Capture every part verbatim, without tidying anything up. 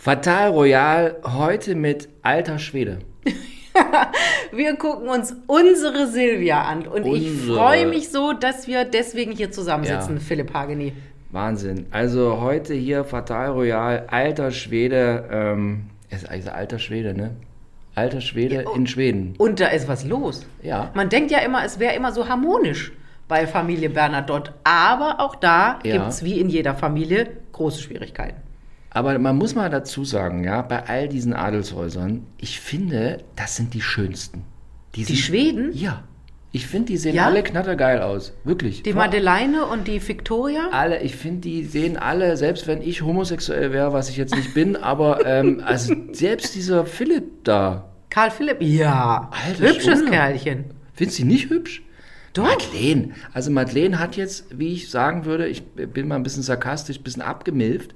Fatal Royal, heute mit alter Schwede. Wir gucken uns unsere Silvia an und unsere. Ich freue mich so, dass wir deswegen hier zusammensitzen, ja. Philipp Hageni. Wahnsinn. Also heute hier Fatal Royal, alter Schwede, ähm, ist eigentlich alter Schwede, ne? Alter Schwede ja, in Schweden. Und da ist was los. Ja. Man denkt ja immer, es wäre immer so harmonisch bei Familie Bernadotte, aber auch da ja. gibt es wie in jeder Familie große Schwierigkeiten. Aber man muss mal dazu sagen, ja, bei all diesen Adelshäusern, ich finde, das sind die schönsten. Die, die sind, Schweden? Ja. Ich finde, die sehen ja? alle knattergeil aus. Wirklich. Die Madeleine und die Victoria? Alle, ich finde, die sehen alle, selbst wenn ich homosexuell wäre, was ich jetzt nicht bin, aber ähm, also selbst dieser Philipp da. Karl Philipp? Ja. Alter, hübsches Schule. Kerlchen. Findest du die nicht hübsch? Doch. Madeleine. Also Madeleine hat jetzt, wie ich sagen würde, ich bin mal ein bisschen sarkastisch, ein bisschen abgemilft.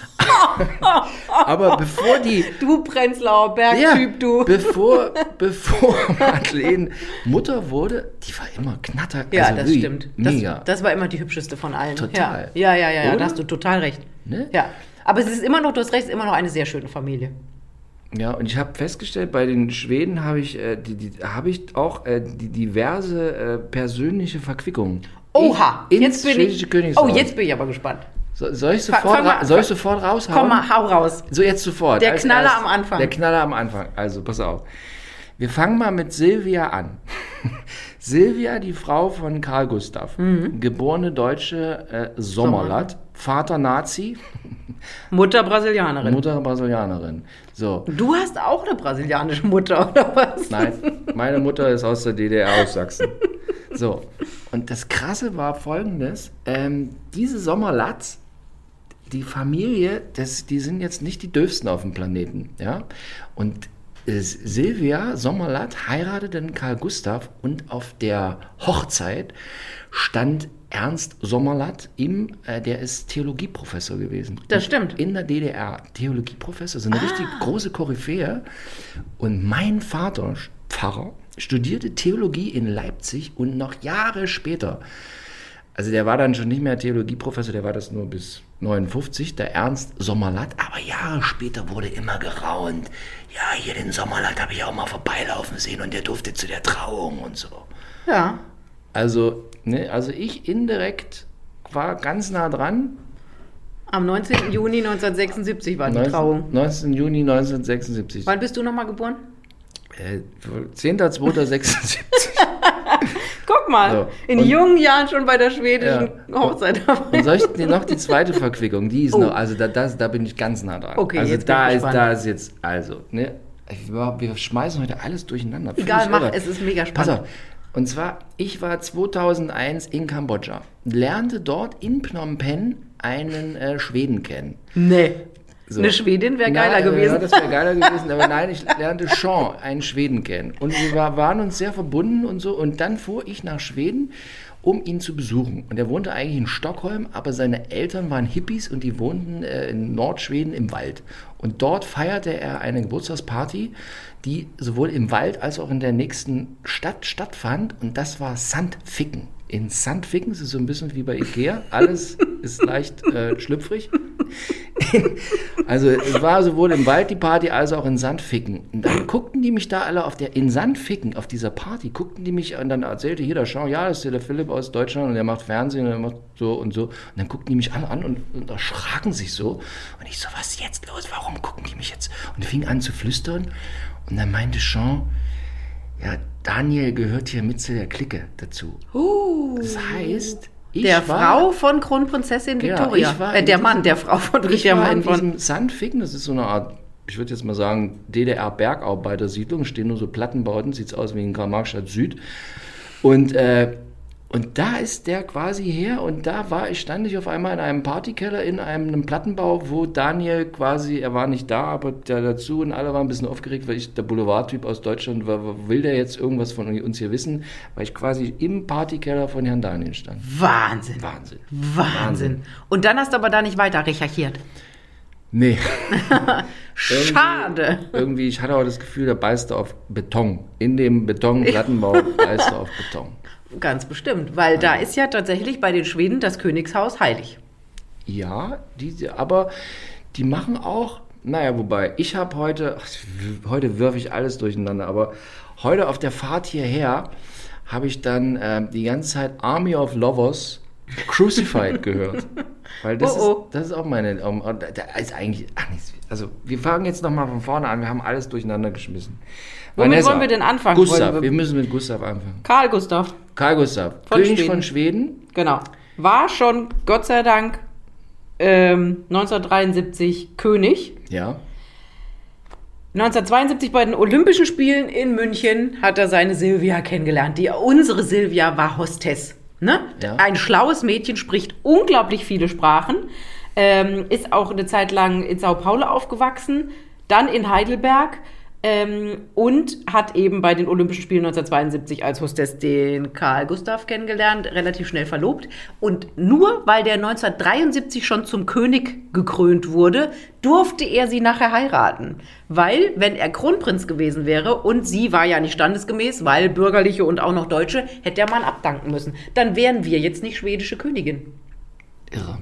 Aber bevor die... Du Prenzlauer Bergtyp, ja, du. Bevor, bevor Madeleine Mutter wurde, die war immer knatter. Ja, also das wie, stimmt. Mega. Das, das war immer die hübscheste von allen. Total. Ja, ja, ja, ja, da hast du total recht. Ne? Ja. Aber es ist immer noch, du hast recht, es ist immer noch eine sehr schöne Familie. Ja, und ich habe festgestellt, bei den Schweden habe ich, äh, die, die, hab ich auch äh, die diverse äh, persönliche Verquickungen. Oha, ins jetzt bin schwedische ich, Königshaus. oh, jetzt bin ich aber gespannt. So, soll ich sofort, mal, soll ich sofort raushauen? Komm mal, hau raus. So, jetzt sofort. Der Knaller erst, am Anfang. Der Knaller am Anfang. Also, pass auf. Wir fangen mal mit Silvia an. Silvia, die Frau von Karl Gustav, mhm. geborene deutsche äh, Sommerlatt, Vater Nazi. Mutter Brasilianerin. Mutter Brasilianerin. So. Du hast auch eine brasilianische Mutter, oder was? Nein, meine Mutter ist aus der D D R, aus Sachsen. So, und das Krasse war Folgendes, ähm, diese Sommerlatz, die Familie, das, die sind jetzt nicht die döfsten auf dem Planeten, ja, und äh, Silvia Sommerlatt heiratete den Karl Gustav und auf der Hochzeit stand Ernst Sommerlatt, ihm, äh, der ist Theologieprofessor gewesen. Das stimmt. In der D D R, Theologieprofessor, so eine ah. richtig große Koryphäe. Und mein Vater, Pfarrer, studierte Theologie in Leipzig und noch Jahre später, also der war dann schon nicht mehr Theologieprofessor, der war das nur bis neunundfünfzig, der Ernst Sommerlatt, aber Jahre später wurde immer geraunt. Ja, hier den Sommerlatt habe ich auch mal vorbeilaufen sehen und der durfte zu der Trauung und so. Ja. Also, ne, also ich indirekt war ganz nah dran. Am neunzehnten Juni neunzehnhundertsechsundsiebzig war die neunzehn, Trauung. neunzehnten Juni neunzehnhundertsechsundsiebzig. Wann bist du nochmal geboren? Äh, zehnter zweiter sechsundsiebzig. Guck mal, so. In und, jungen Jahren schon bei der schwedischen ja. Hochzeit dabei. Und soll ich dir noch die zweite Verquickung, die ist oh. noch, also da, das, da bin ich ganz nah dran. Okay, also jetzt da bin ich ist, da ist jetzt, also, ne, wir schmeißen heute alles durcheinander. Egal, mach, es ist mega spannend. Pass auf. Und zwar, ich war zweitausendeins in Kambodscha, lernte dort in Phnom Penh einen äh, Schweden kennen. Nee. So. Eine Schwedin wäre geiler Na, gewesen. Ja, das wäre geiler gewesen, aber nein, ich lernte Sean, einen Schweden kennen. Und wir war, waren uns sehr verbunden und so. Und dann fuhr ich nach Schweden, um ihn zu besuchen. Und er wohnte eigentlich in Stockholm, aber seine Eltern waren Hippies und die wohnten äh, in Nordschweden im Wald. Und dort feierte er eine Geburtstagsparty, die sowohl im Wald als auch in der nächsten Stadt stattfand. Und das war Sandviken. In Sandviken, das ist so ein bisschen wie bei Ikea, alles ist leicht äh, schlüpfrig. Also es war sowohl im Wald die Party, als auch in Sandviken. Und dann guckten die mich da alle auf der, in Sandviken, auf dieser Party, guckten die mich und dann erzählte hier der Schau, ja, das ist ja der Philipp aus Deutschland und der macht Fernsehen und der macht so und so. Und dann guckten die mich alle an und, und erschraken sich so. Und ich so, was ist jetzt los? Warum gucken die mich jetzt? Und er fing an zu flüstern und dann meinte Sean, ja, Daniel gehört hier mit zu der Clique dazu. Uh, das heißt, ich der war, Frau von Kronprinzessin Victoria. Ja, äh, der diesem, Mann, der Frau von Ich der war Mann in von diesem Sandviken, das ist so eine Art, ich würde jetzt mal sagen, D D R-Bergarbeitersiedlung, stehen nur so Plattenbauten, sieht aus wie in Karl-Marx-Stadt Süd. Und, äh, und da ist der quasi her und da war ich, stand ich auf einmal in einem Partykeller in einem, einem Plattenbau, wo Daniel quasi, er war nicht da, aber der dazu und alle waren ein bisschen aufgeregt, weil ich der Boulevardtyp aus Deutschland war, will der jetzt irgendwas von uns hier wissen, weil ich quasi im Partykeller von Herrn Daniel stand. Wahnsinn. Wahnsinn. Wahnsinn. Wahnsinn. Und dann hast du aber da nicht weiter recherchiert. Nee. Schade. Irgendwie, irgendwie, ich hatte auch das Gefühl, der beißt auf Beton. In dem Betonplattenbau beißt er auf Beton. Ganz bestimmt, weil ja. Da ist ja tatsächlich bei den Schweden das Königshaus heilig. Ja, die, aber die machen auch Naja, wobei, ich habe heute, ach, heute wirf ich alles durcheinander, aber heute auf der Fahrt hierher habe ich dann äh, die ganze Zeit Army of Lovers Crucified gehört. Weil das, oh, oh. Ist, das ist auch meine, um, da ist eigentlich, ach nichts, also wir fangen jetzt nochmal von vorne an, wir haben alles durcheinander geschmissen. Womit Vanessa, wollen wir denn anfangen? Gustav, wir, wir müssen mit Gustav anfangen. Karl Gustav. Karl Gustav, von König Schweden. von Schweden. Genau. War schon, Gott sei Dank, ähm, neunzehnhundertdreiundsiebzig König. Ja. neunzehnhundertzweiundsiebzig bei den Olympischen Spielen in München hat er seine Silvia kennengelernt. Die, unsere Silvia war Hostess. Ne? Ja. Ein schlaues Mädchen, spricht unglaublich viele Sprachen, ähm, ist auch eine Zeit lang in Sao Paulo aufgewachsen, dann in Heidelberg ähm, und hat eben bei den Olympischen Spielen neunzehnhundertzweiundsiebzig als Hostess den Karl Gustav kennengelernt, relativ schnell verlobt. Und nur weil der neunzehnhundertdreiundsiebzig schon zum König gekrönt wurde, durfte er sie nachher heiraten. Weil, wenn er Kronprinz gewesen wäre und sie war ja nicht standesgemäß, weil bürgerliche und auch noch Deutsche, hätte der Mann abdanken müssen. Dann wären wir jetzt nicht schwedische Königin. Irre.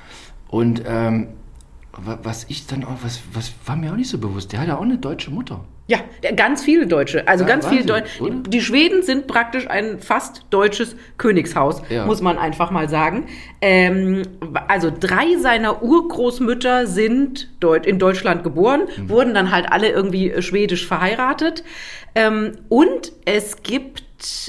Und ähm, was ich dann auch, was, was war mir auch nicht so bewusst, der hat ja auch eine deutsche Mutter. Ja, ganz viele Deutsche, also ja, ganz viele Deutsche. Die, die Schweden sind praktisch ein fast deutsches Königshaus, ja. muss man einfach mal sagen. Ähm, also drei seiner Urgroßmütter sind Deut- in Deutschland geboren, mhm. wurden dann halt alle irgendwie schwedisch verheiratet. Ähm, und es gibt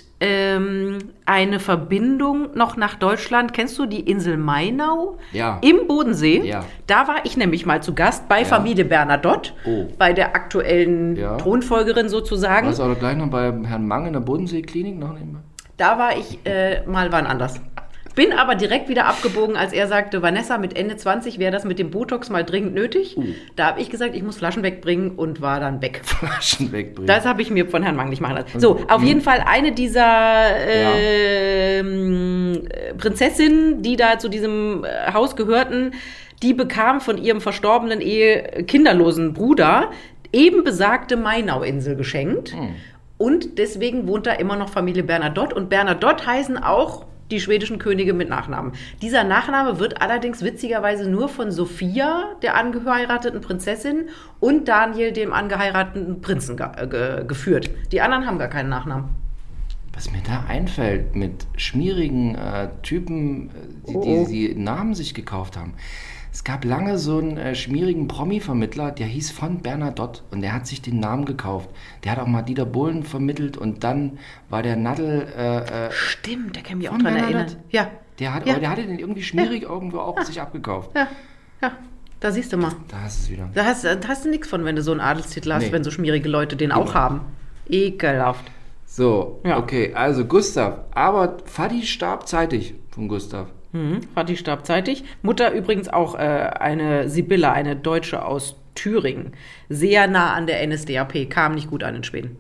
ähm, eine Verbindung noch nach Deutschland. Kennst du die Insel Mainau? Ja. Im Bodensee? Ja. Da war ich nämlich mal zu Gast bei ja. Familie Bernadotte, oh. bei der aktuellen ja. Thronfolgerin sozusagen. Warst du auch gleich noch bei Herrn Mang in der Bodenseeklinik noch nebenbei? Da war ich äh, mal wann anders. Bin aber direkt wieder abgebogen, als er sagte, Vanessa, mit Ende zwanzig wäre das mit dem Botox mal dringend nötig. Uh. Da habe ich gesagt, ich muss Flaschen wegbringen und war dann weg. Flaschen wegbringen. Das habe ich mir von Herrn Mang nicht machen lassen. So, auf jeden Fall eine dieser äh, ja. Prinzessinnen, die da zu diesem Haus gehörten, die bekam von ihrem verstorbenen Ehe kinderlosen Bruder eben besagte Mainau-Insel geschenkt. Hm. Und deswegen wohnt da immer noch Familie Bernadotte. Und Bernadotte heißen auch die schwedischen Könige mit Nachnamen. Dieser Nachname wird allerdings witzigerweise nur von Sophia, der angeheirateten Prinzessin, und Daniel, dem angeheirateten Prinzen, ge- ge- geführt. Die anderen haben gar keinen Nachnamen. Was mir da einfällt, mit schmierigen äh, Typen, die, oh. die, die Namen sich gekauft haben. Es gab lange so einen äh, schmierigen Promi-Vermittler, der hieß von Bernadotte und der hat sich den Namen gekauft. Der hat auch mal Dieter Bohlen vermittelt und dann war der Nadel... Äh, äh, Stimmt, der kann mich auch dran erinnern. Ja. Der, hat, ja. Aber der hatte den irgendwie schmierig ja. irgendwo auch ja. sich abgekauft. Ja, ja. Da siehst du mal. Da hast du es wieder. Da hast, da hast du nichts von, wenn du so einen Adelstitel hast, nee. wenn so schmierige Leute den Immer. auch haben. Ekelhaft. So, ja. okay, also Gustav. Aber Fadi starb zeitig von Gustav. Mhm, Fadi starb zeitig. Mutter übrigens auch äh, eine Sibylla, eine Deutsche aus Thüringen. Sehr nah an der N S D A P, kam nicht gut an in Schweden.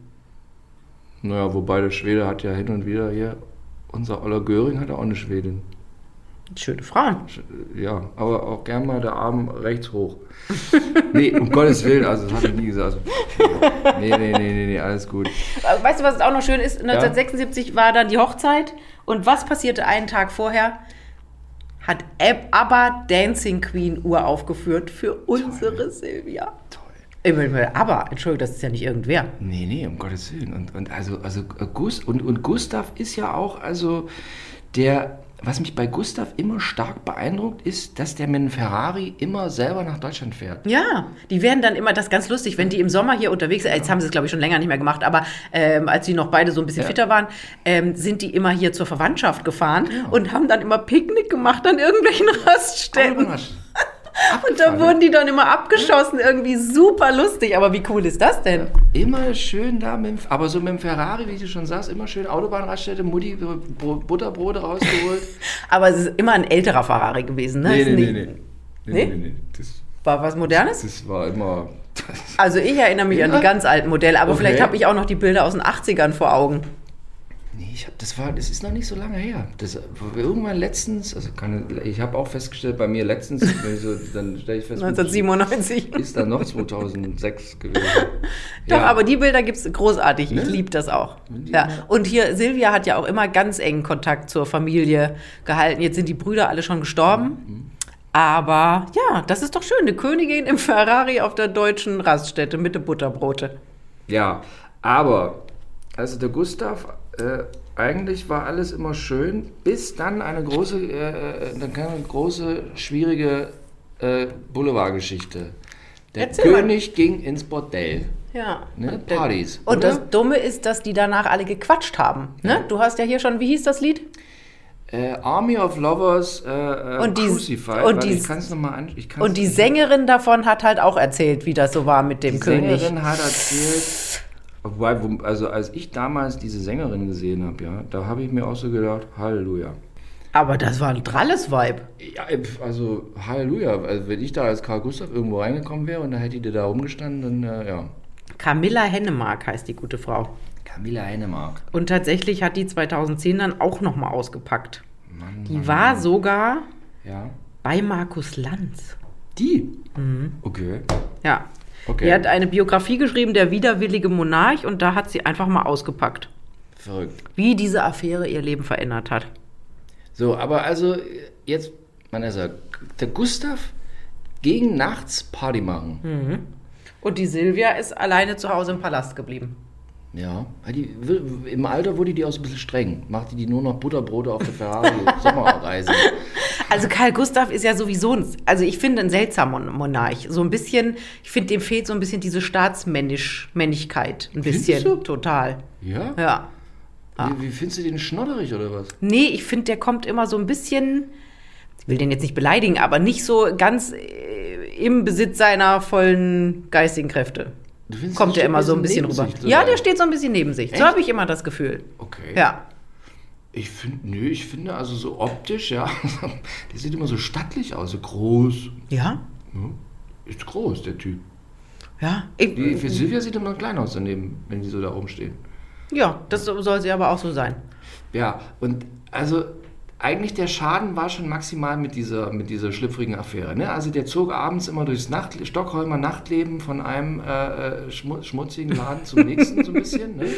Naja, wobei der Schwede hat ja hin und wieder hier, unser Oller Göring hat ja auch eine Schwedin. Schöne Frauen. Ja, aber auch gern mal der Arm rechts hoch. Nee, um Gottes Willen, also das habe ich nie gesagt. Also, nee, nee, nee, nee, nee, alles gut. Weißt du, was auch noch schön ist? neunzehnhundertsechsundsiebzig ja? war dann die Hochzeit. Und was passierte einen Tag vorher? Hat ABBA Dancing Queen uraufgeführt für unsere Toll. Silvia. Toll. Aber, Entschuldigung, das ist ja nicht irgendwer. Nee, nee, um Gottes Willen. Und, und, also, also Gus, und, und Gustav ist ja auch, also der, was mich bei Gustav immer stark beeindruckt, ist, dass der mit einem Ferrari immer selber nach Deutschland fährt. Ja, die werden dann immer, das ist ganz lustig, wenn die im Sommer hier unterwegs sind, jetzt haben sie es glaube ich schon länger nicht mehr gemacht, aber ähm, als sie noch beide so ein bisschen ja. fitter waren, ähm, sind die immer hier zur Verwandtschaft gefahren ja. und haben dann immer Picknick gemacht an irgendwelchen Raststätten. Oh, und da wurden die dann immer abgeschossen, irgendwie super lustig. Aber wie cool ist das denn? Ja, immer schön da, mit dem, aber so mit dem Ferrari, wie du schon sagst, immer schön Autobahnraststätte, Mutti Butterbrote rausgeholt. Aber es ist immer ein älterer Ferrari gewesen, ne? Nee, nee, nee, nee, nee. nee, nee, nee. Das war was Modernes? Das war immer... Also ich erinnere mich ja. an die ganz alten Modelle, aber okay. vielleicht habe ich auch noch die Bilder aus den achtzigern vor Augen. Nee, ich hab, das war, das ist noch nicht so lange her. Das, irgendwann letztens, also kann, ich habe auch festgestellt, bei mir letztens, wenn ich so, dann stelle ich fest, neunzehnhundertsiebenundneunzig ist dann noch zweitausendsechs gewesen. Doch, ja. aber die Bilder gibt es großartig. Ne? Ich liebe das auch. Ja. Und hier, Silvia hat ja auch immer ganz engen Kontakt zur Familie gehalten. Jetzt sind die Brüder alle schon gestorben. Mhm. Aber ja, das ist doch schön. Eine Königin im Ferrari auf der deutschen Raststätte mit den Butterbrote. Ja, aber, also der Gustav, äh, eigentlich war alles immer schön, bis dann eine große, äh, dann kam eine große, schwierige äh, Boulevardgeschichte. Der Erzähl König mal. ging ins Bordell. Ja. Ne? Partys. Und oder? das Dumme ist, dass die danach alle gequatscht haben. Ne? Ja. Du hast ja hier schon, wie hieß das Lied? Äh, Army of Lovers äh, und die, Crucified. Und die, ich kann's noch mal an, ich kann's und die Sängerin davon hat halt auch erzählt, wie das so war mit dem die König. Die Sängerin hat erzählt, wobei, wo, also als ich damals diese Sängerin gesehen habe, ja, da habe ich mir auch so gedacht, Halleluja. Aber das war ein dralles Vibe. Ja, also Halleluja. Also wenn ich da als Karl Gustav irgendwo reingekommen wäre und da hätte die da rumgestanden, dann äh, ja. Camilla Hennemark heißt die gute Frau. Camilla Hennemark. Und tatsächlich hat die zweitausendzehn dann auch nochmal ausgepackt. Mann, die Mann, war Mann. sogar ja. bei Markus Lanz. Die? Mhm. Okay. Ja. Okay. Die hat eine Biografie geschrieben, Der widerwillige Monarch, und da hat sie einfach mal ausgepackt. Verrückt. Wie diese Affäre ihr Leben verändert hat. So, aber also jetzt, man ist ja, der Gustav ging nachts Party machen. Mhm. Und die Silvia ist alleine zu Hause im Palast geblieben. Ja, weil die, im Alter wurde die auch so ein bisschen streng. Machte die nur noch Butterbrote auf der Ferrari-Sommerreise. Also Karl Gustav ist ja sowieso, ein, also ich finde, ein seltsamer Monarch. So ein bisschen, ich finde, dem fehlt so ein bisschen diese Staatsmännlichkeit. Ein bisschen, du? total. Ja? Ja. Wie, wie findest du den schnodderig oder was? Nee, ich finde, der kommt immer so ein bisschen, ich will den jetzt nicht beleidigen, aber nicht so ganz äh, im Besitz seiner vollen geistigen Kräfte. Kommt der immer so ein bisschen rüber. Sich, ja, der steht so ein bisschen neben sich. Echt? So habe ich immer das Gefühl. Okay. Ja. Ich finde, nö, ich finde also so optisch, ja, der sieht immer so stattlich aus, so groß. Ja? ja ist groß, der Typ. Ja. Ich, die, für Silvia sieht immer klein aus daneben, wenn die so da rumstehen. Ja, das soll sie aber auch so sein. Ja, und also eigentlich der Schaden war schon maximal mit dieser, mit dieser schlüpfrigen Affäre. Ne? Also der zog abends immer durchs Nacht, Stockholmer Nachtleben von einem äh, schmu schmutzigen Laden zum nächsten so ein bisschen. Ne?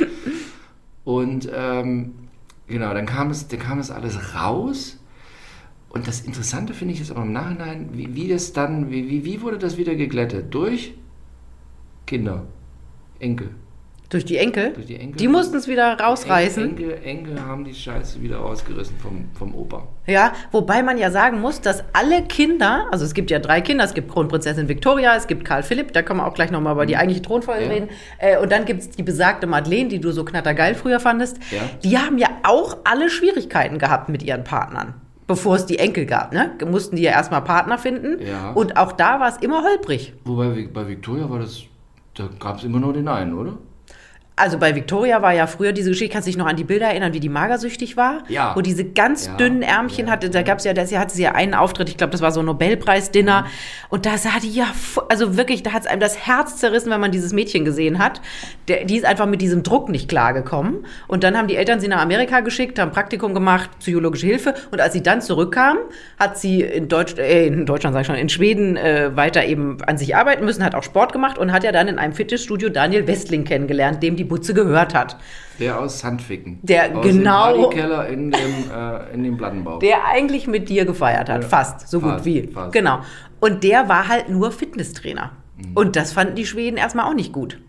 Und ähm, genau, dann kam, es, dann kam es alles raus. Und das Interessante finde ich jetzt aber im Nachhinein, wie, wie das dann, wie, wie, wie wurde das wieder geglättet? Durch Kinder, Enkel. Durch die Enkel? Durch die Enkel. Die mussten es wieder rausreißen. Enkel, Enkel haben die Scheiße wieder rausgerissen vom, vom Opa. Ja, wobei man ja sagen muss, dass alle Kinder, also es gibt ja drei Kinder, es gibt Kronprinzessin Victoria, es gibt Karl Philipp, da können wir auch gleich nochmal über die eigentliche Thronfolge ja. reden. Äh, und dann gibt es die besagte Madeleine, die du so knattergeil früher fandest. Ja. Die haben ja auch alle Schwierigkeiten gehabt mit ihren Partnern. Bevor es die Enkel gab, ne? Mussten die ja erstmal Partner finden. Ja. Und auch da war es immer holprig. Wobei bei Victoria war das, da gab es immer nur den einen, oder? Also bei Victoria war ja früher diese Geschichte, kannst du dich noch an die Bilder erinnern, wie die magersüchtig war? Ja. Wo diese ganz ja. dünnen Ärmchen ja. hatte, da gab's ja, da hatte sie ja einen Auftritt, ich glaube, das war so ein Nobelpreis-Dinner. Mhm. Und da sah die ja, also wirklich, da hat's einem das Herz zerrissen, wenn man dieses Mädchen gesehen hat. Der, die ist einfach mit diesem Druck nicht klargekommen. Und dann haben die Eltern sie nach Amerika geschickt, haben Praktikum gemacht, psychologische Hilfe. Und als sie dann zurückkam, hat sie in, Deutsch, äh, in Deutschland, sag ich schon, in Schweden äh, weiter eben an sich arbeiten müssen, hat auch Sport gemacht und hat ja dann in einem Fitnessstudio Daniel Westling kennengelernt, dem die Butze gehört hat. Der aus Sandficken. Der aus genau. Dem Partykeller in dem, äh, in dem Plattenbau. Der eigentlich mit dir gefeiert hat. Ja. Fast. So fast, gut wie. Fast. Genau. Und der war halt nur Fitnesstrainer. Mhm. Und das fanden die Schweden erstmal auch nicht gut.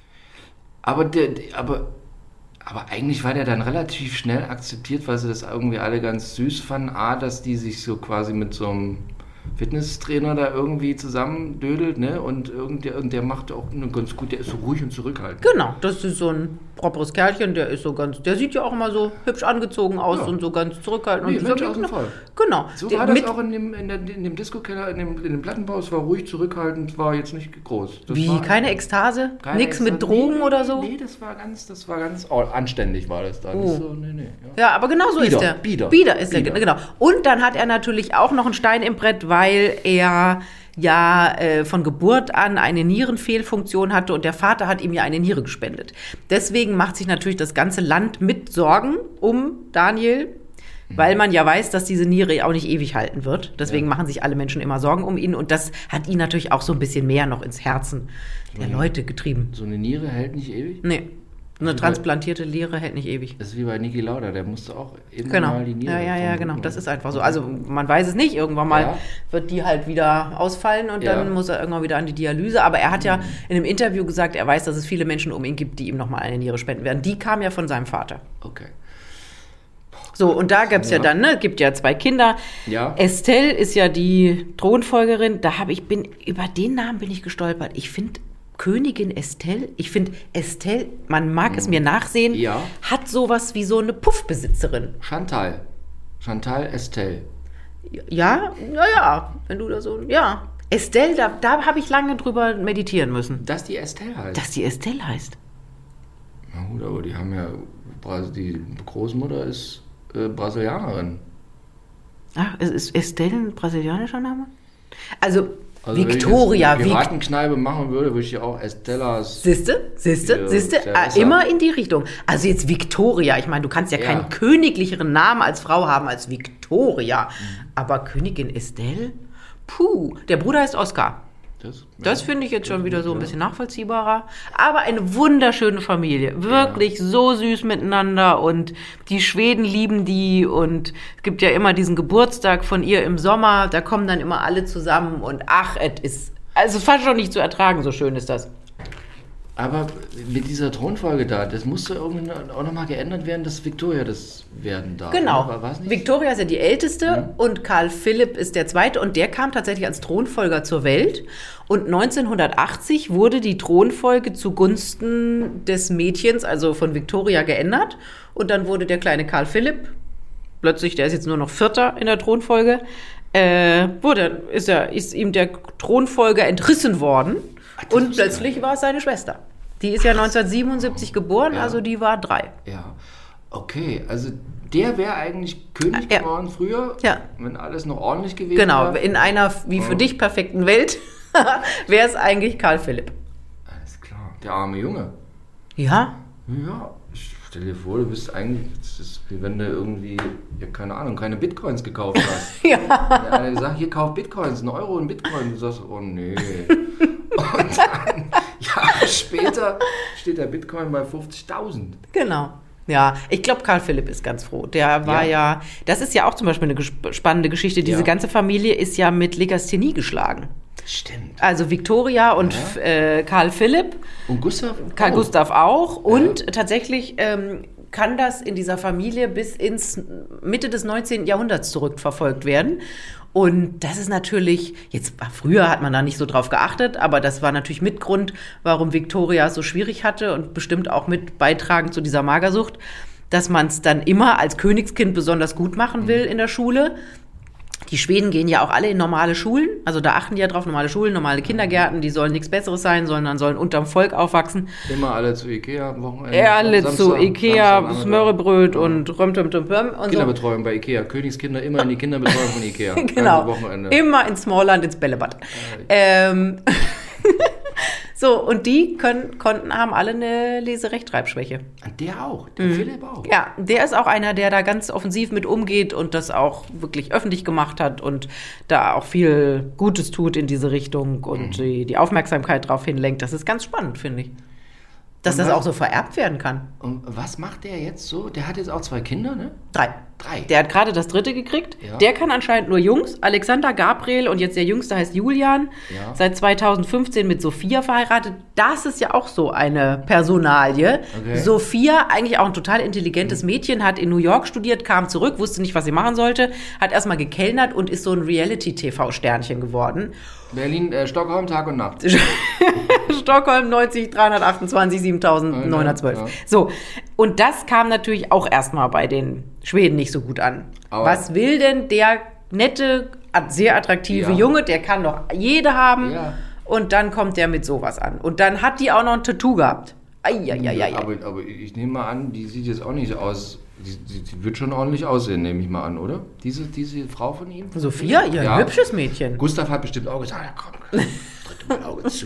Aber, der, aber, aber eigentlich war der dann relativ schnell akzeptiert, weil sie das irgendwie alle ganz süß fanden. A, dass die sich so quasi mit so einem Fitnesstrainer da irgendwie zusammendödelt, ne? Und, irgend der, und der macht auch eine ganz gut, der ist so ruhig und zurückhaltend. Genau, das ist so ein properes Kerlchen, der ist so ganz, der sieht ja auch immer so hübsch angezogen aus ja. und so ganz zurückhaltend. Nee, und Mensch, so aus dem Fall. Genau. So der, war das auch in dem, in der, in dem Disco-Keller, in dem, in dem Plattenbau, es war ruhig zurückhaltend, war jetzt nicht groß. Das Wie, war, keine Ekstase? Keine Nix Ekstase. mit Drogen nee, oder so? Nee, das war ganz, das war ganz oh, anständig war das da. Oh. Nicht so, nee, nee, ja. ja, aber genau so Bieder, ist der. Bieder. Bieder ist Bieder. der, genau. Und dann hat er natürlich auch noch einen Stein im Brett, weil er ja äh, von Geburt an eine Nierenfehlfunktion hatte und der Vater hat ihm ja eine Niere gespendet. Deswegen macht sich natürlich das ganze Land mit Sorgen um Daniel, mhm. weil man ja weiß, dass diese Niere auch nicht ewig halten wird. Deswegen ja. machen sich alle Menschen immer Sorgen um ihn und das hat ihn natürlich auch so ein bisschen mehr noch ins Herzen der so Leute getrieben. So eine Niere hält nicht ewig? Nee. Eine transplantierte Niere hält nicht ewig. Das ist wie bei Niki Lauda, der musste auch immer genau. mal die Niere. Ja, ja, ja, genau. Das ist einfach so. Also man weiß es nicht. Irgendwann mal ja. wird die halt wieder ausfallen und ja. dann muss er irgendwann wieder an die Dialyse. Aber er hat ja in einem Interview gesagt, er weiß, dass es viele Menschen um ihn gibt, die ihm nochmal eine Niere spenden werden. Die kam ja von seinem Vater. Okay. So, und da gab es ja. ja dann, ne, gibt ja zwei Kinder. Ja. Estelle ist ja die Thronfolgerin. Da habe ich, bin, über den Namen bin ich gestolpert. Ich finde Königin Estelle, ich finde Estelle, man mag hm. es mir nachsehen, ja. hat sowas wie so eine Puffbesitzerin. Chantal. Chantal Estelle. Ja, naja, wenn du da so, ja. Estelle, da, da habe ich lange drüber meditieren müssen. Dass die Estelle heißt. Dass die Estelle heißt. Na gut, aber die haben ja, die Großmutter ist äh, Brasilianerin. Ach, ist Estelle ein brasilianischer Name? Also, Also Victoria. Wenn ich eine Piratenkneipe machen würde, würde ich ja auch Estellas... Siehste, siehste, siehste, äh, immer in die Richtung. Also jetzt Victoria, ich meine, du kannst ja, ja. keinen königlicheren Namen als Frau haben als Victoria. Mhm. Aber Königin Estelle? Puh, der Bruder heißt Oscar. Das, das finde ich jetzt schon wieder so ein bisschen nachvollziehbarer. Aber eine wunderschöne Familie. Wirklich ja. so süß miteinander. Und die Schweden lieben die. Und es gibt ja immer diesen Geburtstag von ihr im Sommer. Da kommen dann immer alle zusammen. Und ach, es ist... Also es ist fast schon nicht zu ertragen, so schön ist das. Aber mit dieser Thronfolge da, das musste irgendwie auch nochmal geändert werden, dass Victoria das werden darf. Genau. Victoria ist ja die Älteste mhm. und Karl Philipp ist der Zweite und der kam tatsächlich als Thronfolger zur Welt. Und neunzehnhundertachtzig wurde die Thronfolge zugunsten des Mädchens, also von Victoria, geändert. Und dann wurde der kleine Karl Philipp, plötzlich, der ist jetzt nur noch Vierter in der Thronfolge, äh, wurde, ist, er, ist ihm der Thronfolger entrissen worden. Ach, und plötzlich war es seine Schwester. Die ist ja neunzehnhundertsiebenundsiebzig geboren, ja. also die war drei. Ja, okay, also der wäre eigentlich König ja. geworden früher, ja. wenn alles noch ordentlich gewesen genau, wäre. Genau, in einer, wie für ja. dich, perfekten Welt wäre es eigentlich Karl Philipp. Alles klar, der arme Junge. Ja? Ja, stell dir vor, du bist eigentlich, das ist wie wenn du irgendwie, ja, keine Ahnung, keine Bitcoins gekauft hast. ja. Der eine gesagt, hier kauf Bitcoins, ein Euro in Bitcoin. Du sagst, oh nee. Und dann, Jahre später, steht der Bitcoin bei fünfzigtausend. Genau. Ja, ich glaube, Karl Philipp ist ganz froh. Der war ja, ja das ist ja auch zum Beispiel eine gesp- spannende Geschichte. Diese ja. ganze Familie ist ja mit Legasthenie geschlagen. Stimmt. Also Victoria und ja. äh, Karl Philipp. Und Gustav Karl auch. Gustav auch. Und ja. tatsächlich ähm, kann das in dieser Familie bis ins Mitte des neunzehnten Jahrhunderts zurückverfolgt werden. Und das ist natürlich, jetzt früher hat man da nicht so drauf geachtet, aber das war natürlich Mitgrund, warum Victoria es so schwierig hatte und bestimmt auch mit beitragen zu dieser Magersucht, dass man es dann immer als Königskind besonders gut machen will in der Schule. Die Schweden gehen ja auch alle in normale Schulen, also da achten die ja drauf, normale Schulen, normale Kindergärten, die sollen nichts Besseres sein, sondern sollen unterm Volk aufwachsen. Immer alle zu Ikea am Wochenende. Ja, alle Samstag, zu Ikea, Smörrebröt ja. und Röm-Töm-Töm-Töm. Kinderbetreuung so. Bei Ikea, Königskinder immer in die Kinderbetreuung von Ikea. Genau, Wochenende. Immer ins Smallland, ins Bällebad. Äh. Ähm... So, und die können, konnten, haben alle eine Leserechtschreibschwäche. Der auch, der mhm. Philipp auch. Ja, der ist auch einer, der da ganz offensiv mit umgeht und das auch wirklich öffentlich gemacht hat und da auch viel Gutes tut in diese Richtung und mhm. die, die Aufmerksamkeit darauf hinlenkt. Das ist ganz spannend, finde ich. Dass und das was, auch so vererbt werden kann. Und was macht der jetzt so? Der hat jetzt auch zwei Kinder, ne? Drei. Drei. Der hat gerade das dritte gekriegt. Ja. Der kann anscheinend nur Jungs. Alexander, Gabriel und jetzt der Jüngste heißt Julian. Ja. Seit zweitausendfünfzehn mit Sophia verheiratet. Das ist ja auch so eine Personalie. Okay. Sophia, eigentlich auch ein total intelligentes mhm. Mädchen, hat in New York studiert, kam zurück, wusste nicht, was sie machen sollte, hat erstmal gekellnert und ist so ein Reality-T V-Sternchen geworden. Berlin, äh, Stockholm, Tag und Nacht. Stockholm neunzig dreihundertachtundzwanzig siebentausendneunhundertzwölf. Ja, ja. So, und das kam natürlich auch erstmal bei den Schweden nicht so gut an. Aber was will denn der nette, sehr attraktive ja. Junge, der kann doch jede haben ja. und dann kommt der mit sowas an. Und dann hat die auch noch ein Tattoo gehabt. Eieieiei. Aber, aber ich nehme mal an, die sieht jetzt auch nicht aus. Die, die, die wird schon ordentlich aussehen, nehme ich mal an, oder? Diese, diese Frau von ihm? Sophia? Ja, ja, ein hübsches Mädchen. Gustav hat bestimmt auch gesagt, ja komm, drück mal Auge zu.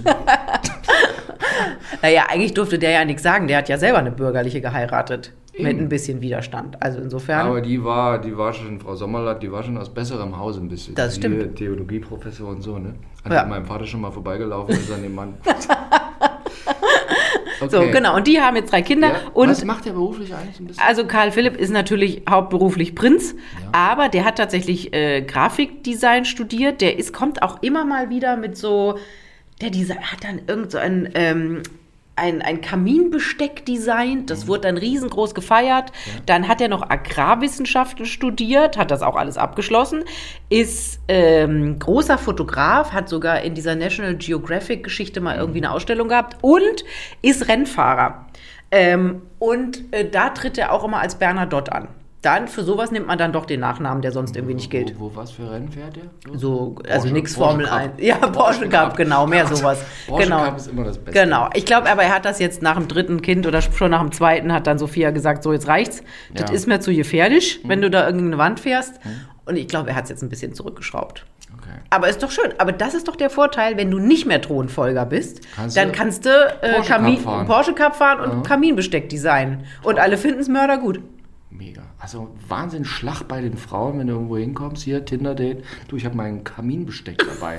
Naja, eigentlich durfte der ja nichts sagen. Der hat ja selber eine bürgerliche geheiratet. Eben. Mit ein bisschen Widerstand. Also insofern. Aber die war, die war schon, Frau Sommerlath, die war schon aus besserem Hause ein bisschen. Das stimmt. Die Theologieprofessor und so, ne? Hat ja. meinem Vater schon mal vorbeigelaufen ist an dem Mann. Okay. So, genau. Und die haben jetzt drei Kinder. Ja. Und was macht der beruflich eigentlich ein bisschen? Also Karl Philipp ist natürlich hauptberuflich Prinz, Ja. aber der hat tatsächlich äh, Grafikdesign studiert. Der ist, kommt auch immer mal wieder mit so, der Design, hat dann irgend so ein, ähm, ein, ein Kaminbesteck designt. Das mhm. wurde dann riesengroß gefeiert. Ja. Dann hat er noch Agrarwissenschaften studiert, hat das auch alles abgeschlossen, ist ähm, großer Fotograf, hat sogar in dieser National Geographic-Geschichte mal irgendwie eine Ausstellung gehabt und ist Rennfahrer. Ähm, und äh, da tritt er auch immer als Bernadotte an. Dann, für sowas nimmt man dann doch den Nachnamen, der sonst irgendwie nicht gilt. Wo, wo was für Rennen fährt der? So, also nix Formel eins. Ja, Porsche Cup, genau, mehr sowas. Porsche genau. Cup ist immer das Beste. Genau. Ich glaube, aber er hat das jetzt nach dem dritten Kind oder schon nach dem zweiten, hat dann Sophia gesagt, so jetzt reicht's. Das Ja. ist mir zu gefährlich, Hm. wenn du da irgendeine Wand fährst. Hm. Und ich glaube, er hat es jetzt ein bisschen zurückgeschraubt. Okay. Aber ist doch schön. Aber das ist doch der Vorteil, wenn du nicht mehr Thronfolger bist, Kannst dann du kannst du äh, Porsche Kamin, Cup fahren. Porsche Cup fahren und Ja. Kaminbesteck designen. Und alle finden es mördergut. Mega. Also Wahnsinn, Schlag bei den Frauen, wenn du irgendwo hinkommst, hier, Tinder-Date. Du, ich habe mein Kaminbesteck dabei.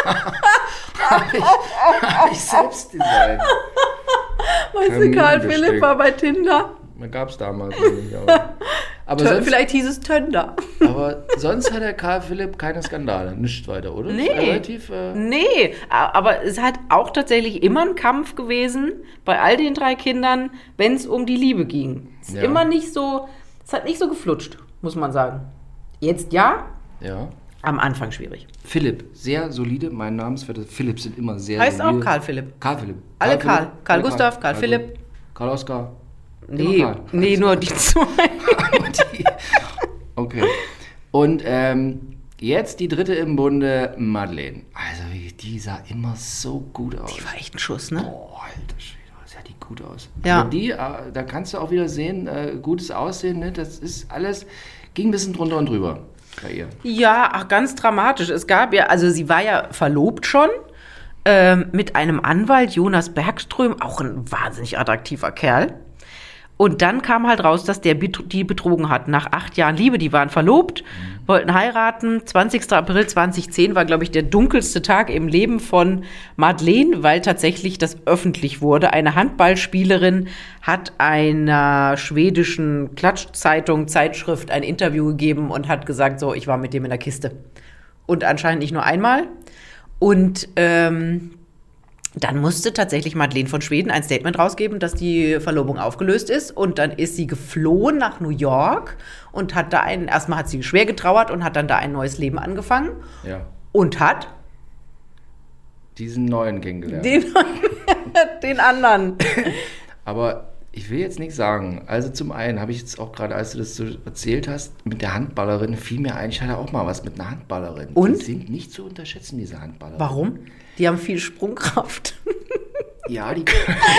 habe ich, hab ich selbst designt. Weißt du, Karl Philipp war bei Tinder? Gab es damals noch nicht. Aber, aber, sonst, Vielleicht hieß es Tönder. aber sonst hat der Karl Philipp keine Skandale. Nicht weiter, oder? Nee. Ist relativ, äh, Nee, aber es hat auch tatsächlich immer ein Kampf gewesen bei all den drei Kindern, wenn es um die Liebe ging. Es ist Ja. immer nicht so, es hat nicht so geflutscht, muss man sagen. Jetzt ja, ja. am Anfang schwierig. Philipp, sehr solide. Mein Namensvetter Philipp sind immer sehr Heißt solide. auch Karl Philipp. Karl Philipp. Alle Karl. Philipp, Karl alle Gustav, Karl Philipp. Karl Oskar. Nee, Karl. nee, nur die zwei. Die- okay. Und ähm, jetzt die dritte im Bunde, Madeleine. Also wie- die sah immer so gut aus. Die war echt ein Schuss, ne? Oh, alter Schwede, sah die gut aus. Ja. Aber die, äh, da kannst du auch wieder sehen, äh, gutes Aussehen, ne? Das ist alles, ging ein bisschen drunter und drüber bei ihr. Ja, ach, ganz dramatisch. Es gab ja, also sie war ja verlobt schon ähm, mit einem Anwalt, Jonas Bergström, auch ein wahnsinnig attraktiver Kerl. Und dann kam halt raus, dass der bet- die betrogen hat. Nach acht Jahren Liebe, die waren verlobt, mhm. wollten heiraten. zwanzigster April zweitausendzehn war, glaube ich, der dunkelste Tag im Leben von Madeleine, weil tatsächlich das öffentlich wurde. Eine Handballspielerin hat einer schwedischen Klatschzeitung, Zeitschrift ein Interview gegeben und hat gesagt, so, ich war mit dem in der Kiste. Und anscheinend nicht nur einmal. Und ähm, dann musste tatsächlich Madeleine von Schweden ein Statement rausgeben, dass die Verlobung aufgelöst ist. Und dann ist sie geflohen nach New York und hat da ein, erstmal hat sie schwer getrauert und hat dann da ein neues Leben angefangen. Ja. Und hat Diesen neuen kennengelernt. den, den anderen. Aber ich will jetzt nichts sagen. Also zum einen habe ich jetzt auch gerade, als du das so erzählt hast, mit der Handballerin, fiel mir ein, ich hatte auch mal was mit einer Handballerin. Und? Die sind nicht zu unterschätzen, diese Handballerin. Warum? Die haben viel Sprungkraft. Ja, die...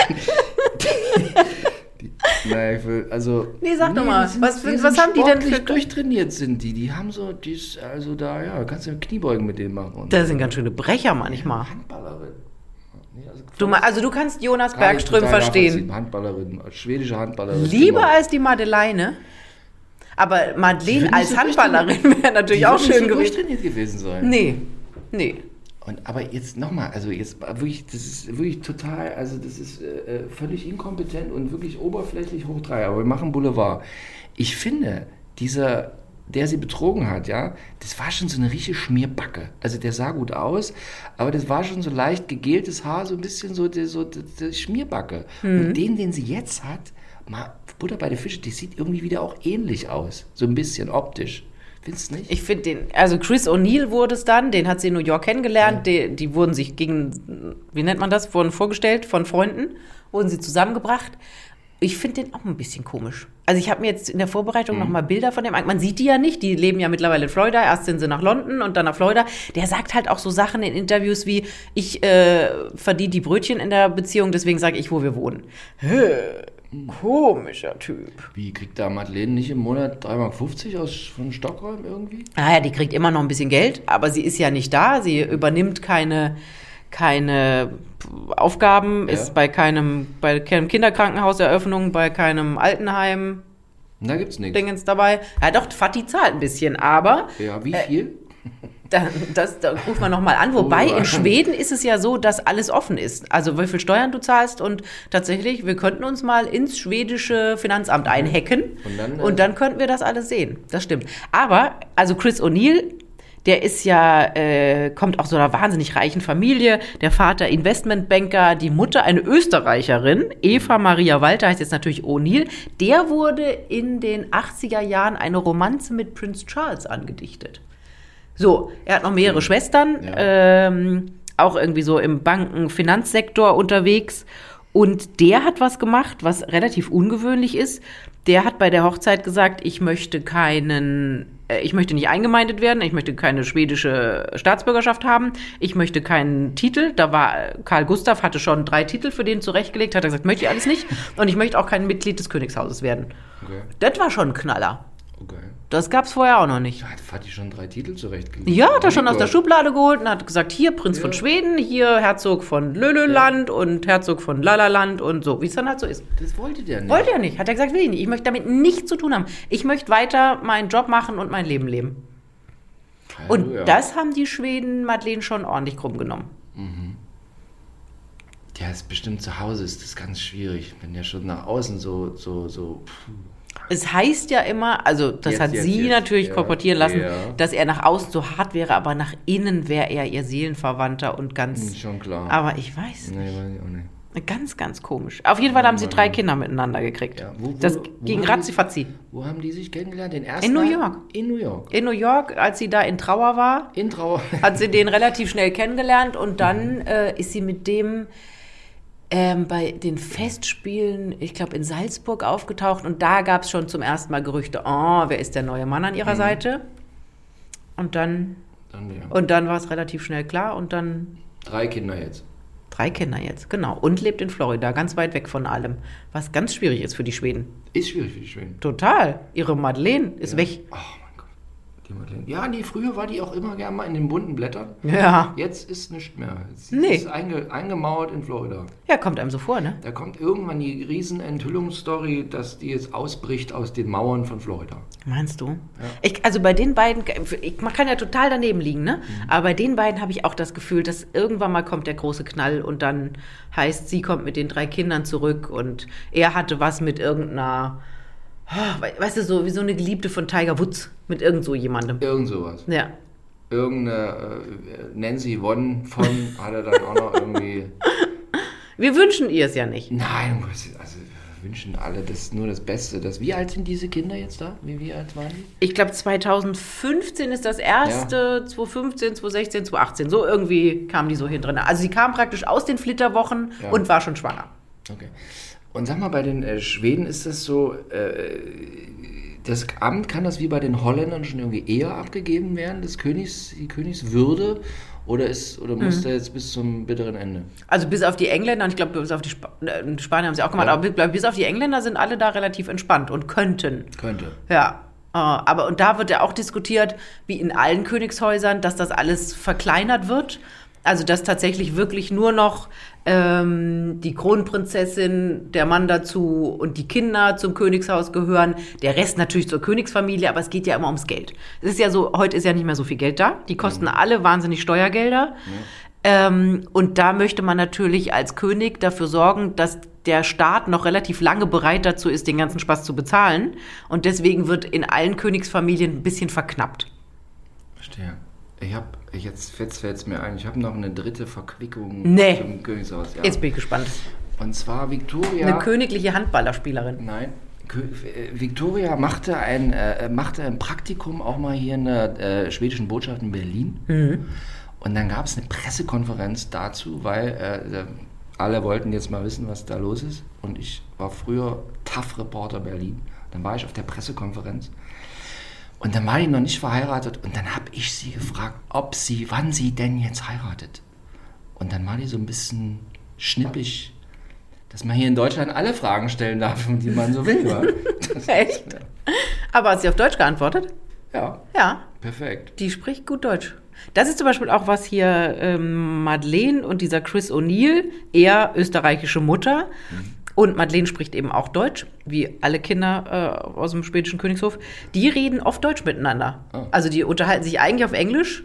die nein, ich will, also... Nee, sag doch mal, die sind- was- die was sind haben die denn sportlich für- durchtrainiert sind die. Die haben so, die ist also da, ja, kannst du Kniebeugen mit denen machen. Und Das sind ganz schöne Brecher manchmal. Handballerin. Nee, also, Du, ma- also du kannst Jonas kann ich Bergström total verstehen. nachvollziehen. Handballerin, als schwedische Handballerin. Lieber Immer. als die Madeleine. Aber Die Madeleine wird als nicht so Handballerin wäre natürlich Die auch wird nicht schön so gewesen. durchtrainiert gewesen sein. Nee, nee. Und, aber jetzt nochmal, also jetzt wirklich, das ist wirklich total, also das ist äh, völlig inkompetent und wirklich oberflächlich hoch drei, aber wir machen Boulevard. Ich finde, dieser, der sie betrogen hat, ja, das war schon so eine richtige Schmierbacke. Also der sah gut aus, aber das war schon so leicht gegeltes Haar, so ein bisschen so die, so die, die Schmierbacke. Mhm. Und den, den sie jetzt hat, mal Butter bei der Fische, die sieht irgendwie wieder auch ähnlich aus. So ein bisschen optisch. Findest du nicht? Ich finde den, also Chris O'Neill wurde es dann, den hat sie in New York kennengelernt, Ja. die, die wurden sich gegen, wie nennt man das, wurden vorgestellt von Freunden, wurden sie zusammengebracht. Ich finde den auch ein bisschen komisch. Also ich habe mir jetzt in der Vorbereitung Mhm. noch mal Bilder von dem angeguckt. Man sieht die ja nicht, die leben ja mittlerweile in Florida. Erst sind sie nach London und dann nach Florida. Der sagt halt auch so Sachen in Interviews wie, ich äh, verdiene die Brötchen in der Beziehung, deswegen sage ich, wo wir wohnen. Hä, komischer Typ. Wie, kriegt da Madeleine nicht im Monat drei Mark fünfzig aus, von Stockholm irgendwie? Naja, die kriegt immer noch ein bisschen Geld, aber sie ist ja nicht da. Sie übernimmt keine, keine Aufgaben, Ja. ist bei keinem, bei keinem Kinderkrankenhauseröffnung, bei keinem Altenheim Da gibt's nichts. Dingens dabei. Ja doch, Fatih zahlt ein bisschen, aber Ja, wie viel? Da, das, da rufen wir nochmal an. Wobei Oh. in Schweden ist es ja so, dass alles offen ist. Also wie viel Steuern du zahlst und tatsächlich, wir könnten uns mal ins schwedische Finanzamt einhacken Und dann, äh, und dann könnten wir das alles sehen. Das stimmt. Aber, also Chris O'Neill, der ist ja, äh, kommt aus so einer wahnsinnig reichen Familie. Der Vater Investmentbanker, die Mutter eine Österreicherin. Eva Maria Walter heißt jetzt natürlich O'Neill. Der wurde in den achtziger Jahren eine Romanze mit Prince Charles angedichtet. So, er hat noch mehrere Schwestern, Ja. ähm, auch irgendwie so im Banken-Finanzsektor unterwegs. Und der hat was gemacht, was relativ ungewöhnlich ist. Der hat bei der Hochzeit gesagt, ich möchte keinen, äh, ich möchte nicht eingemeindet werden, ich möchte keine schwedische Staatsbürgerschaft haben, ich möchte keinen Titel. Da war Karl Gustav, hatte schon drei Titel für den zurechtgelegt, hat er gesagt, möchte ich alles nicht. Und ich möchte auch kein Mitglied des Königshauses werden. Okay. Das war schon ein Knaller. Okay. Das gab's vorher auch noch nicht. Hat Vati schon drei Titel zurechtgelegt? Ja, hat er schon Oh aus der Gott. Schublade geholt und hat gesagt, hier Prinz von Ja. Schweden, hier Herzog von Lölöland und Herzog von Lalaland und so, wie es dann halt so ist. Das wollte der nicht. Wollte er nicht, hat er gesagt, will ich nicht. Ich möchte damit nichts zu tun haben. Ich möchte weiter meinen Job machen und mein Leben leben. Und Halleluja. das haben die Schweden Madeleine schon ordentlich krumm genommen. Der ist bestimmt zu Hause, ist das ganz schwierig, wenn der schon nach außen so, so, so. Pff. Es heißt ja immer, also das Jetzt, hat jetzt, sie jetzt. natürlich Ja, kolportieren lassen, ja. dass er nach außen so hart wäre, aber nach innen wäre er ihr Seelenverwandter und ganz... Hm, schon klar. Aber ich weiß Nee, weiß ich auch nicht. Ganz, ganz komisch. Auf jeden Fall haben sie drei Kinder miteinander gekriegt. Ja, wo- wo- das wo ging haben die- ratzifatzi. Wo haben die sich kennengelernt? Den ersten In New Mal? York. In New York. In New York, als sie da in Trauer war, In Trauer. hat sie den relativ schnell kennengelernt und dann äh, ist sie mit dem ähm, bei den Festspielen, ich glaube in Salzburg aufgetaucht und da gab es schon zum ersten Mal Gerüchte, oh, wer ist der neue Mann an ihrer Seite? Und dann, Dann ja. und dann war es relativ schnell klar und dann Drei Kinder jetzt. drei Kinder jetzt, genau. Und lebt in Florida, ganz weit weg von allem, was ganz schwierig ist für die Schweden. Ist schwierig für die Schweden. Total. Ihre Madeleine ist Ja. weg. Oh mein Gott. Die Madeleine. Ja, nee, früher war die auch immer gerne mal in den bunten Blättern. Ja. Jetzt ist nichts mehr. Jetzt Nee. ist einge, eingemauert in Florida. Ja, kommt einem so vor, ne? Da kommt irgendwann die riesen Enthüllungsstory, dass die jetzt ausbricht aus den Mauern von Florida. Meinst du? Ich, also bei den beiden, ich, man kann ja total daneben liegen, ne? Aber bei den beiden habe ich auch das Gefühl, dass irgendwann mal kommt der große Knall und dann heißt, sie kommt mit den drei Kindern zurück und er hatte was mit irgendeiner, oh, we- weißt du, so wie so eine Geliebte von Tiger Woods, mit irgend so jemandem. Irgend sowas. Ja. Irgendeine äh, Nancy Won von hat er dann auch noch irgendwie. Wir wünschen ihr es ja nicht. Nein, um Gottes Willen, also wir wünschen alle das nur das Beste. Das, wie alt sind diese Kinder jetzt da? Wie, wie alt waren die? Ich glaube, zweitausendfünfzehn ist das erste, zweitausendfünfzehn, zweitausendsechzehn, zweitausendsachtzehn. So irgendwie kamen die so hin drin. Also sie kam praktisch aus den Flitterwochen Ja. und war schon schwanger. Okay. Und sag mal, bei den äh, Schweden ist das so, äh, das Amt, kann das wie bei den Holländern schon irgendwie eher abgegeben werden, des Königs, die Königswürde? Oder, ist, oder muss der jetzt bis zum bitteren Ende? Also bis auf die Engländer, und ich glaube, bis auf die Sp äh, Spanier haben sie auch gemacht, Ja. aber bis, bis auf die Engländer sind alle da relativ entspannt und könnten. Könnte. Ja. Äh, aber und da wird ja auch diskutiert, wie in allen Königshäusern, dass das alles verkleinert wird. Also dass tatsächlich wirklich nur noch ähm, die Kronprinzessin, der Mann dazu und die Kinder zum Königshaus gehören. Der Rest natürlich zur Königsfamilie, aber es geht ja immer ums Geld. Es ist ja so, heute ist ja nicht mehr so viel Geld da. Die kosten alle wahnsinnig Steuergelder. Ähm, und da möchte man natürlich als König dafür sorgen, dass der Staat noch relativ lange bereit dazu ist, den ganzen Spaß zu bezahlen. Und deswegen wird in allen Königsfamilien ein bisschen verknappt. Verstehe. Ich habe, jetzt, jetzt fällt es mir ein, ich habe noch eine dritte Verquickung Nee. zum Königshaus. Ja. Jetzt bin ich gespannt. Und zwar Victoria. Eine königliche Handballerspielerin. Nein. Kö- äh, Victoria machte ein, äh, machte ein Praktikum auch mal hier in der äh, schwedischen Botschaft in Berlin. Mhm. Und dann gab es eine Pressekonferenz dazu, weil äh, alle wollten jetzt mal wissen, was da los ist. Und ich war früher T A F-Reporter Berlin. Dann war ich auf der Pressekonferenz. Und dann war die noch nicht verheiratet. Und dann habe ich sie gefragt, ob sie, wann sie denn jetzt heiratet. Und dann war die so ein bisschen schnippig, dass man hier in Deutschland alle Fragen stellen darf, die man so will. Wa? Das- Echt? Aber hat sie auf Deutsch geantwortet? Ja, Ja, perfekt. die spricht gut Deutsch. Das ist zum Beispiel auch was hier ähm, Madeleine und dieser Chris O'Neill, eher österreichische Mutter. Und Madeleine spricht eben auch Deutsch, wie alle Kinder äh, aus dem schwedischen Königshof. Die reden oft Deutsch miteinander. Oh. Also die unterhalten sich eigentlich auf Englisch. Ja.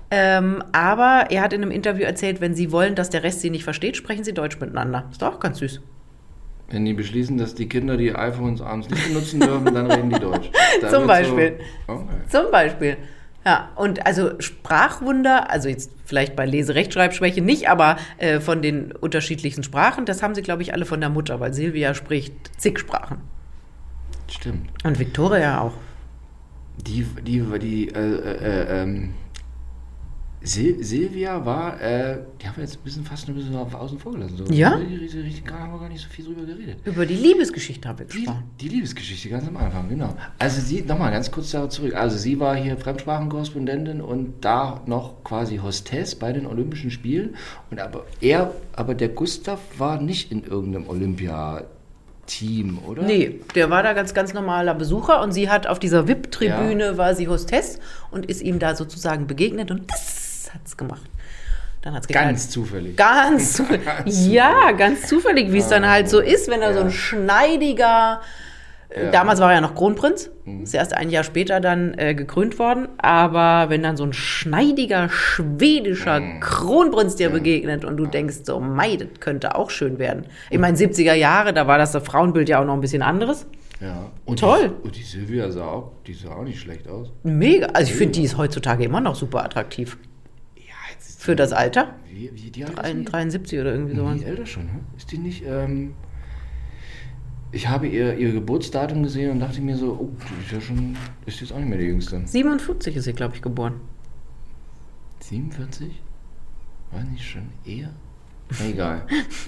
Ähm, aber er hat in einem Interview erzählt, wenn sie wollen, dass der Rest sie nicht versteht, sprechen sie Deutsch miteinander. Ist doch auch ganz süß. Wenn die beschließen, dass die Kinder die iPhones abends nicht benutzen dürfen, dann reden die Deutsch. Da Zum Beispiel. So, okay. Zum Beispiel. Ja, und also Sprachwunder, also jetzt vielleicht bei Lese-Rechtschreibschwäche nicht, aber äh, von den unterschiedlichsten Sprachen, das haben sie, glaube ich, alle von der Mutter, weil Silvia spricht zig Sprachen. Stimmt. Und Victoria auch. Die, die, die, äh, äh, ähm, Sil- Silvia war, äh, die haben wir jetzt ein bisschen fast ein bisschen außen vor gelassen. So. Ja? Die, die, die, die haben wir gar nicht so viel drüber geredet. Über die Liebesgeschichte haben wir Die, gesprochen. die Liebesgeschichte, ganz am Anfang, genau. Also sie, nochmal ganz kurz darauf zurück. Also sie war hier Fremdsprachenkorrespondentin und da noch quasi Hostess bei den Olympischen Spielen. Und aber er, aber der Gustav war nicht in irgendeinem Olympia-Team, oder? Nee, der war da ganz, ganz normaler Besucher und sie hat auf dieser V I P-Tribüne, ja. war sie Hostess und ist ihm da sozusagen begegnet und das hat's gemacht. Dann hat's geknallt. Ganz zufällig. Ganz zufällig. Ja, ganz zufällig, wie es dann halt so ist, wenn er ja. so ein schneidiger, ja. damals war er ja noch Kronprinz, mhm. ist erst ein Jahr später dann äh, gekrönt worden, aber wenn dann so ein schneidiger, schwedischer mhm. Kronprinz dir mhm. begegnet und du denkst so, mei, das könnte auch schön werden. Ich meine, siebziger Jahre, da war das, das Frauenbild ja auch noch ein bisschen anderes. Ja. Und toll. Die, und die Silvia sah auch, die sah auch nicht schlecht aus. Mega. Also ich finde, die ist heutzutage immer noch super attraktiv. Ja, jetzt ist für die, das Alter? Wie, wie die alt ist die? dreiundsiebzig oder irgendwie so. sowas. Die älter schon, ne? Ist die nicht, ähm, ich habe ihr, ihr Geburtsdatum gesehen und dachte mir so, oh, die ist ja schon, ist jetzt auch nicht mehr die Jüngste. siebenundvierzig ist sie, glaube ich, geboren. siebenundvierzig? War nicht schon eher? Egal.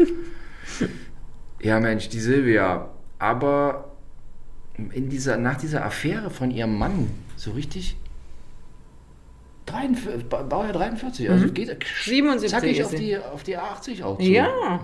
Ja, Mensch, die Silvia. Aber in dieser, nach dieser Affäre von ihrem Mann, so richtig, dreiundvierzig, Baujahr dreiundvierzig, also mhm. geht siebenundsiebzig zackig auf die, auf die achtzig auch zu. Ja. ja.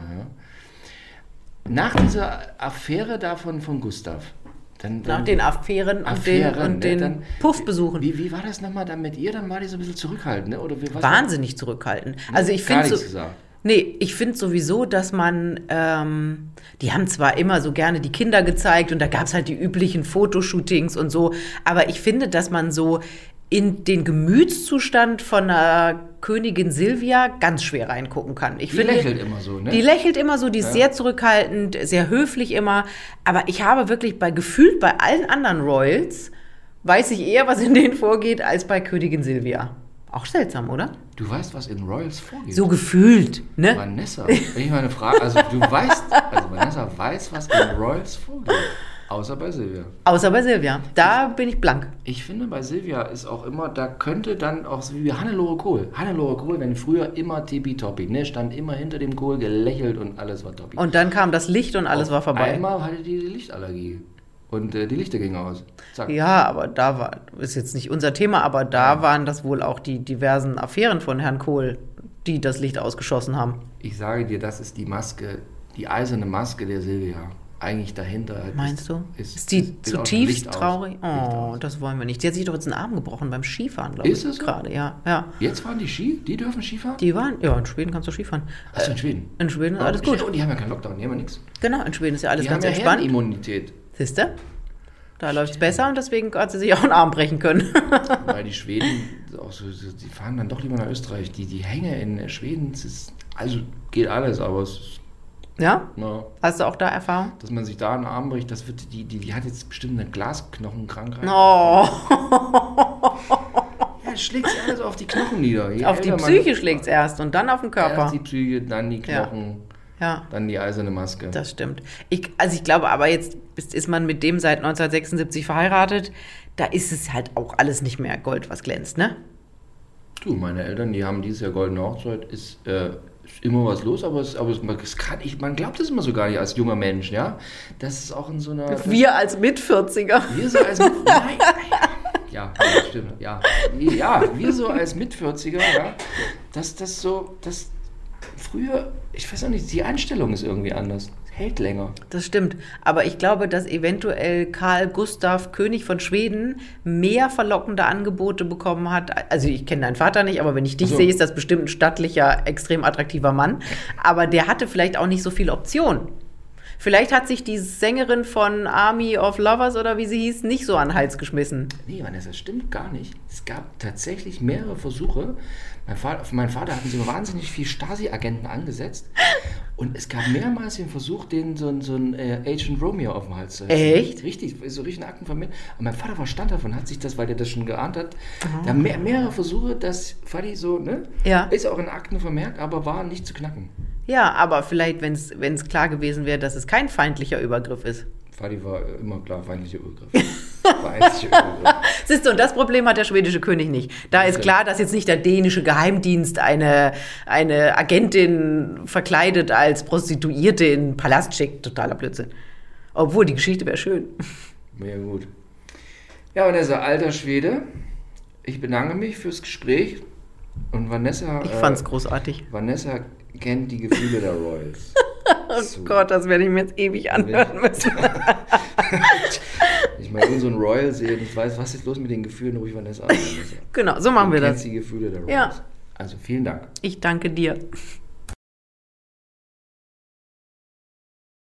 Nach dieser Affäre davon von Gustav. Dann, dann nach den Affären, Affären und den, und ne? den dann, Puffbesuchen. Wie, wie war das nochmal dann mit ihr? Dann war die so ein bisschen zurückhaltend, ne? Oder wie, was Wahnsinnig war? zurückhaltend. Also ich Gar finde nichts so, gesagt. Nee, ich finde sowieso, dass man, ähm, die haben zwar immer so gerne die Kinder gezeigt und da gab es halt die üblichen Fotoshootings und so, aber ich finde, dass man so in den Gemütszustand von einer Königin Silvia ganz schwer reingucken kann. Ich die finde, lächelt immer so, ne? Die lächelt immer so, die ist ja. sehr zurückhaltend, sehr höflich immer, aber ich habe wirklich bei gefühlt bei allen anderen Royals, weiß ich eher, was in denen vorgeht, als bei Königin Silvia. Auch seltsam, oder? Du weißt, was in Royals vorgeht. So gefühlt, ne? Vanessa, wenn ich mal eine Frage, also du weißt, also Vanessa weiß, was in Royals vorgeht. Außer bei Silvia. Außer bei Silvia. Da ich, bin ich blank. Ich finde, bei Silvia ist auch immer, da könnte dann auch so wie Hannelore Kohl. Hannelore Kohl, wenn früher immer tippitoppi, ne? Stand immer hinter dem Kohl, gelächelt und alles war toppi. Und dann kam das Licht und alles Auf war vorbei. Einmal hatte die die Lichtallergie. Und äh, die Lichter gingen aus. Zack. Ja, aber da war, ist jetzt nicht unser Thema, aber da waren das wohl auch die diversen Affären von Herrn Kohl, die das Licht ausgeschossen haben. Ich sage dir, das ist die Maske, die eiserne Maske der Silvia. Eigentlich dahinter. Meinst ist, du? Ist, ist die ist, zutiefst traurig? Oh, Licht das wollen wir nicht. Die hat sich doch jetzt einen Arm gebrochen beim Skifahren, glaube ich. Ist es so? Gerade, ja, ja. Jetzt fahren die Ski? Die dürfen Skifahren? Die waren, ja, in Schweden kannst du Skifahren. Achso, in Schweden? In Schweden ist oh, alles gut. Und die haben ja keinen Lockdown, die haben ja nichts. Genau, in Schweden ist ja alles die ganz haben ja entspannt. Herdenimmunität. Siehst du? Da läuft es besser und deswegen hat sie sich auch einen Arm brechen können. Weil die Schweden, auch so, die fahren dann doch lieber nach Österreich. Die, die Hänge in Schweden, es ist, also geht alles, aber es ist, ja? Na, hast du auch da Erfahrung? Dass man sich da einen Arm bricht, das wird, die, die, die hat jetzt bestimmt eine Glasknochenkrankheit. Oh. Ja, schlägt sich alles auf die Knochen nieder. Je auf die Psyche schlägt es erst und dann auf den Körper. Erst die Psyche, dann die Knochen. Ja. Ja. Dann die eiserne Maske. Das stimmt. Ich, also ich glaube aber jetzt ist, ist man mit dem seit neunzehnhundertsechsundsiebzig verheiratet, da ist es halt auch alles nicht mehr Gold, was glänzt, ne? Du, meine Eltern, die haben dieses Jahr goldene Hochzeit, ist, äh, ist immer was los, aber, es, aber es, man, es kann, ich, man glaubt das immer so gar nicht als junger Mensch, ja? Das ist auch in so einer... Wir als Mit-vierziger. Wir so als... Mit, nein, ja, ja, stimmt, ja. Ja, wir so als Mit-vierziger, ja, dass das so... Das, früher, ich weiß auch nicht, die Einstellung ist irgendwie anders. Hält länger. Das stimmt. Aber ich glaube, dass eventuell Karl Gustav, König von Schweden, mehr verlockende Angebote bekommen hat. Also ich kenne deinen Vater nicht, aber wenn ich dich so. sehe, ist das bestimmt ein stattlicher, extrem attraktiver Mann. Aber der hatte vielleicht auch nicht so viele Optionen. Vielleicht hat sich die Sängerin von Army of Lovers oder wie sie hieß, nicht so an den Hals geschmissen. Nee, Vanessa, das stimmt gar nicht. Es gab tatsächlich mehrere Versuche. Mein Vater, auf meinen Vater hatten sie wahnsinnig viel Stasi-Agenten angesetzt. Und es gab mehrmals den Versuch, den so, so ein äh, Agent Romeo auf dem Hals zu setzen. Echt? Richtig, so richtig Akten von mir. Und mein Vater verstand davon, hat sich das, weil der das schon geahnt hat, oh. da mehr, mehrere Versuche, dass Fadi so, ne? Ja. Ist auch in Akten vermerkt, aber war nicht zu knacken. Ja, aber vielleicht, wenn es klar gewesen wäre, dass es kein feindlicher Übergriff ist. Fadi war immer klar feindlicher Übergriff. Feindlicher Übergriff. Siehst du, und das Problem hat der schwedische König nicht. Da ist klar, dass jetzt nicht der dänische Geheimdienst eine, eine Agentin verkleidet als Prostituierte in den Palast schickt. Totaler Blödsinn. Obwohl, die Geschichte wäre schön. Ja, gut. Ja, Vanessa, alter Schwede, ich bedanke mich fürs Gespräch. Und Vanessa... Ich fand's äh, großartig. Vanessa kennt die Gefühle der Royals. Oh so. Gott, das werde ich mir jetzt ewig anhören müssen. Ich meine, irgend so ein Royal sehe und ich weiß, was ist los mit den Gefühlen, ruhig Vanessa an. Genau, so machen du wir das. Die Gefühle der Royals. Ja. Also vielen Dank. Ich danke dir.